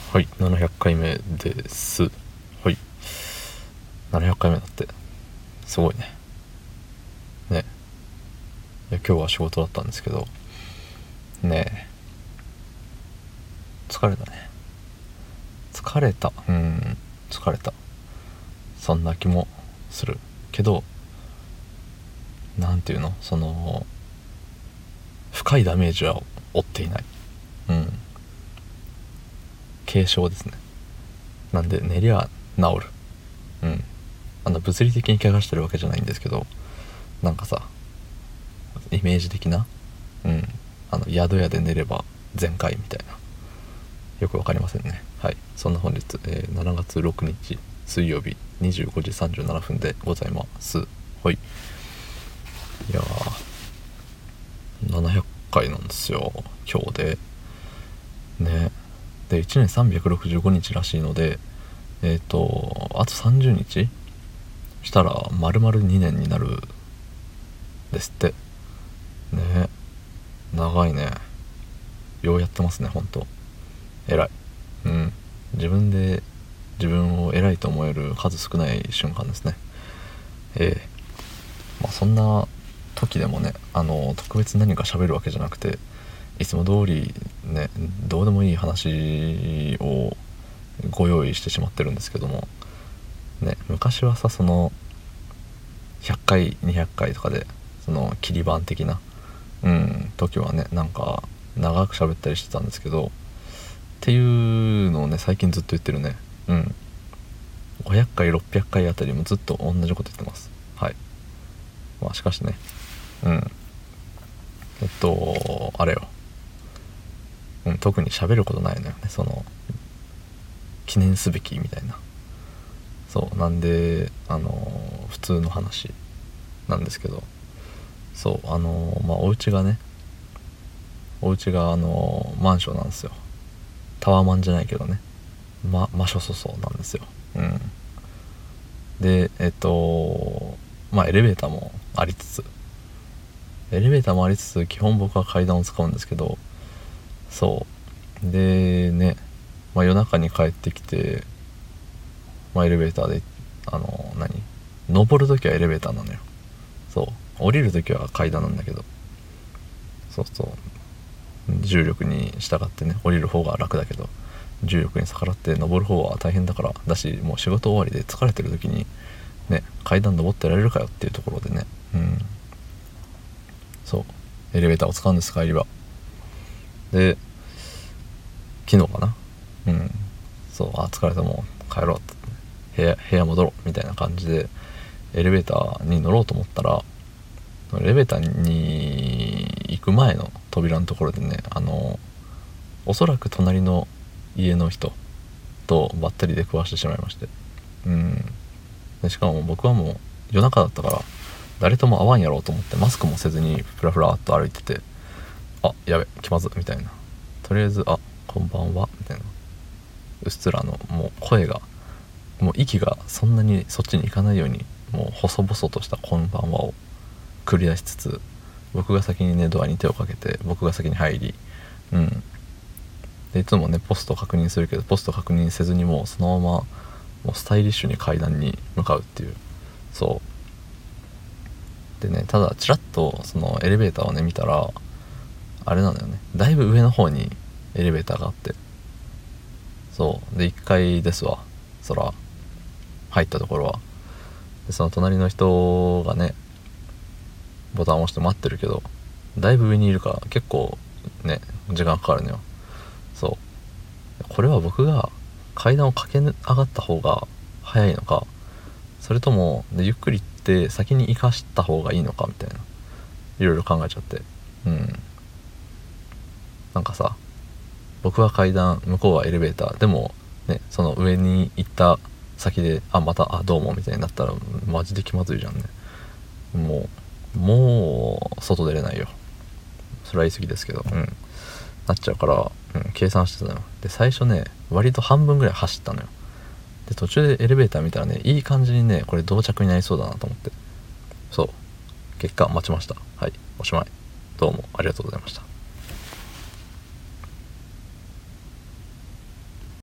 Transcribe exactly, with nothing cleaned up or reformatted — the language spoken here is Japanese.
はい、ななひゃっかいめです。はい、ななひゃっかいめだって。すごいね。ね。いや、今日は仕事だったんですけど、ねえ、疲れたね。疲れた。うん、疲れた。そんな気もする。けど、なんていうのその、深いダメージは負っていない。うん。軽症ですね。なんで、寝りゃ治る。うん。あの、物理的に怪我してるわけじゃないんですけど、なんかさ、イメージ的な、うん、あの宿屋で寝れば全開みたいな、よくわかりませんね。はい、そんな本日、えー、しちがつついたち水曜日にじゅうごじさんじゅうななふんでございます。はい。いやー、ななひゃっかいなんですよ今日で。ね。でいちねんさんびゃくろくじゅうごにちらしいので、えっ、ー、とあとさんじゅうにちしたら丸々にねんになるですってね。長いね。ようやってますね、ほんと偉い。うん。自分で自分を偉いと思える数少ない瞬間ですね。ええまあそんな時でもね、あの特別何か喋るわけじゃなくて、いつも通りね、どうでもいい話をご用意してしまってるんですけどもね。昔はさ、そのひゃっかいにひゃっかいとかでその切り板的なうん時はね、なんか長く喋ったりしてたんですけど、っていうのをね最近ずっと言ってるね。うん。ごひゃっかいろっぴゃっかいあたりもずっと同じこと言ってます。はい。まあしかしね、うん、えっとあれよ、うん、特に喋ることないのよね、その記念すべきみたいな。そうなんで、あのー普通の話なんですけど、そうあのーまあお家がね、お家があのーマンションなんですよ。タワーマンじゃないけどね、まマショソソなんですよ。うん。でえっとまあエレベーターもありつつエレベーターもありつつ基本僕は階段を使うんですけど、そうでね、まあ、夜中に帰ってきて、まあ、エレベーターであの何登るときはエレベーターなのよ。そう降りるときは階段なんだけど、そうそう重力に従ってね、降りる方が楽だけど重力に逆らって登る方は大変だからだし、もう仕事終わりで疲れてる時にね階段登ってられるかよっていうところでね。うん。そうエレベーターを使うんです、帰りは。で昨日かな。うん。そうあ疲れた、もう帰ろうって部屋部屋戻ろうみたいな感じでエレベーターに乗ろうと思ったら、エレベーターに行く前の扉のところでね、あのおそらく隣の家の人とばったり出くわしてしまいまして。うん。でしかも僕はもう夜中だったから誰とも会わんやろうと思ってマスクもせずにフラフラっと歩いてて、あやべ気まずみたいな、とりあえずあこんばんはみたいな、うっすらのもう声が、もう息がそんなにそっちに行かないように、もう細々としたこんばんはを繰り出しつつ、僕が先にねドアに手をかけて僕が先に入り、うんでいつもねポスト確認するけどポスト確認せずにもうそのままもうスタイリッシュに階段に向かうっていう。そうでね、ただちらっとそのエレベーターをね見たら、あれなのよね、だいぶ上の方にエレベーターがあって、そうでいっかいですわ、そら入ったところは。でその隣の人がねボタンを押して待ってるけど、だいぶ上にいるから結構ね時間かかるのよ。そうこれは僕が階段を駆け上がった方が早いのか、それともでゆっくり行って先に行かした方がいいのかみたいな、いろいろ考えちゃって。うん。なんかさ、僕は階段向こうはエレベーターでもね、その上に行った先であまたあどうもみたいになったらマジで気まずいじゃんね。もうもう外出れないよ、それは言い過ぎですけど。うん、なっちゃうから、うん、計算してたのよ。で最初ね割と半分ぐらい走ったのよ。で途中でエレベーター見たらね、いい感じにねこれ到着になりそうだなと思って、そう結果待ちました。はい、おしまい。どうもありがとうございました。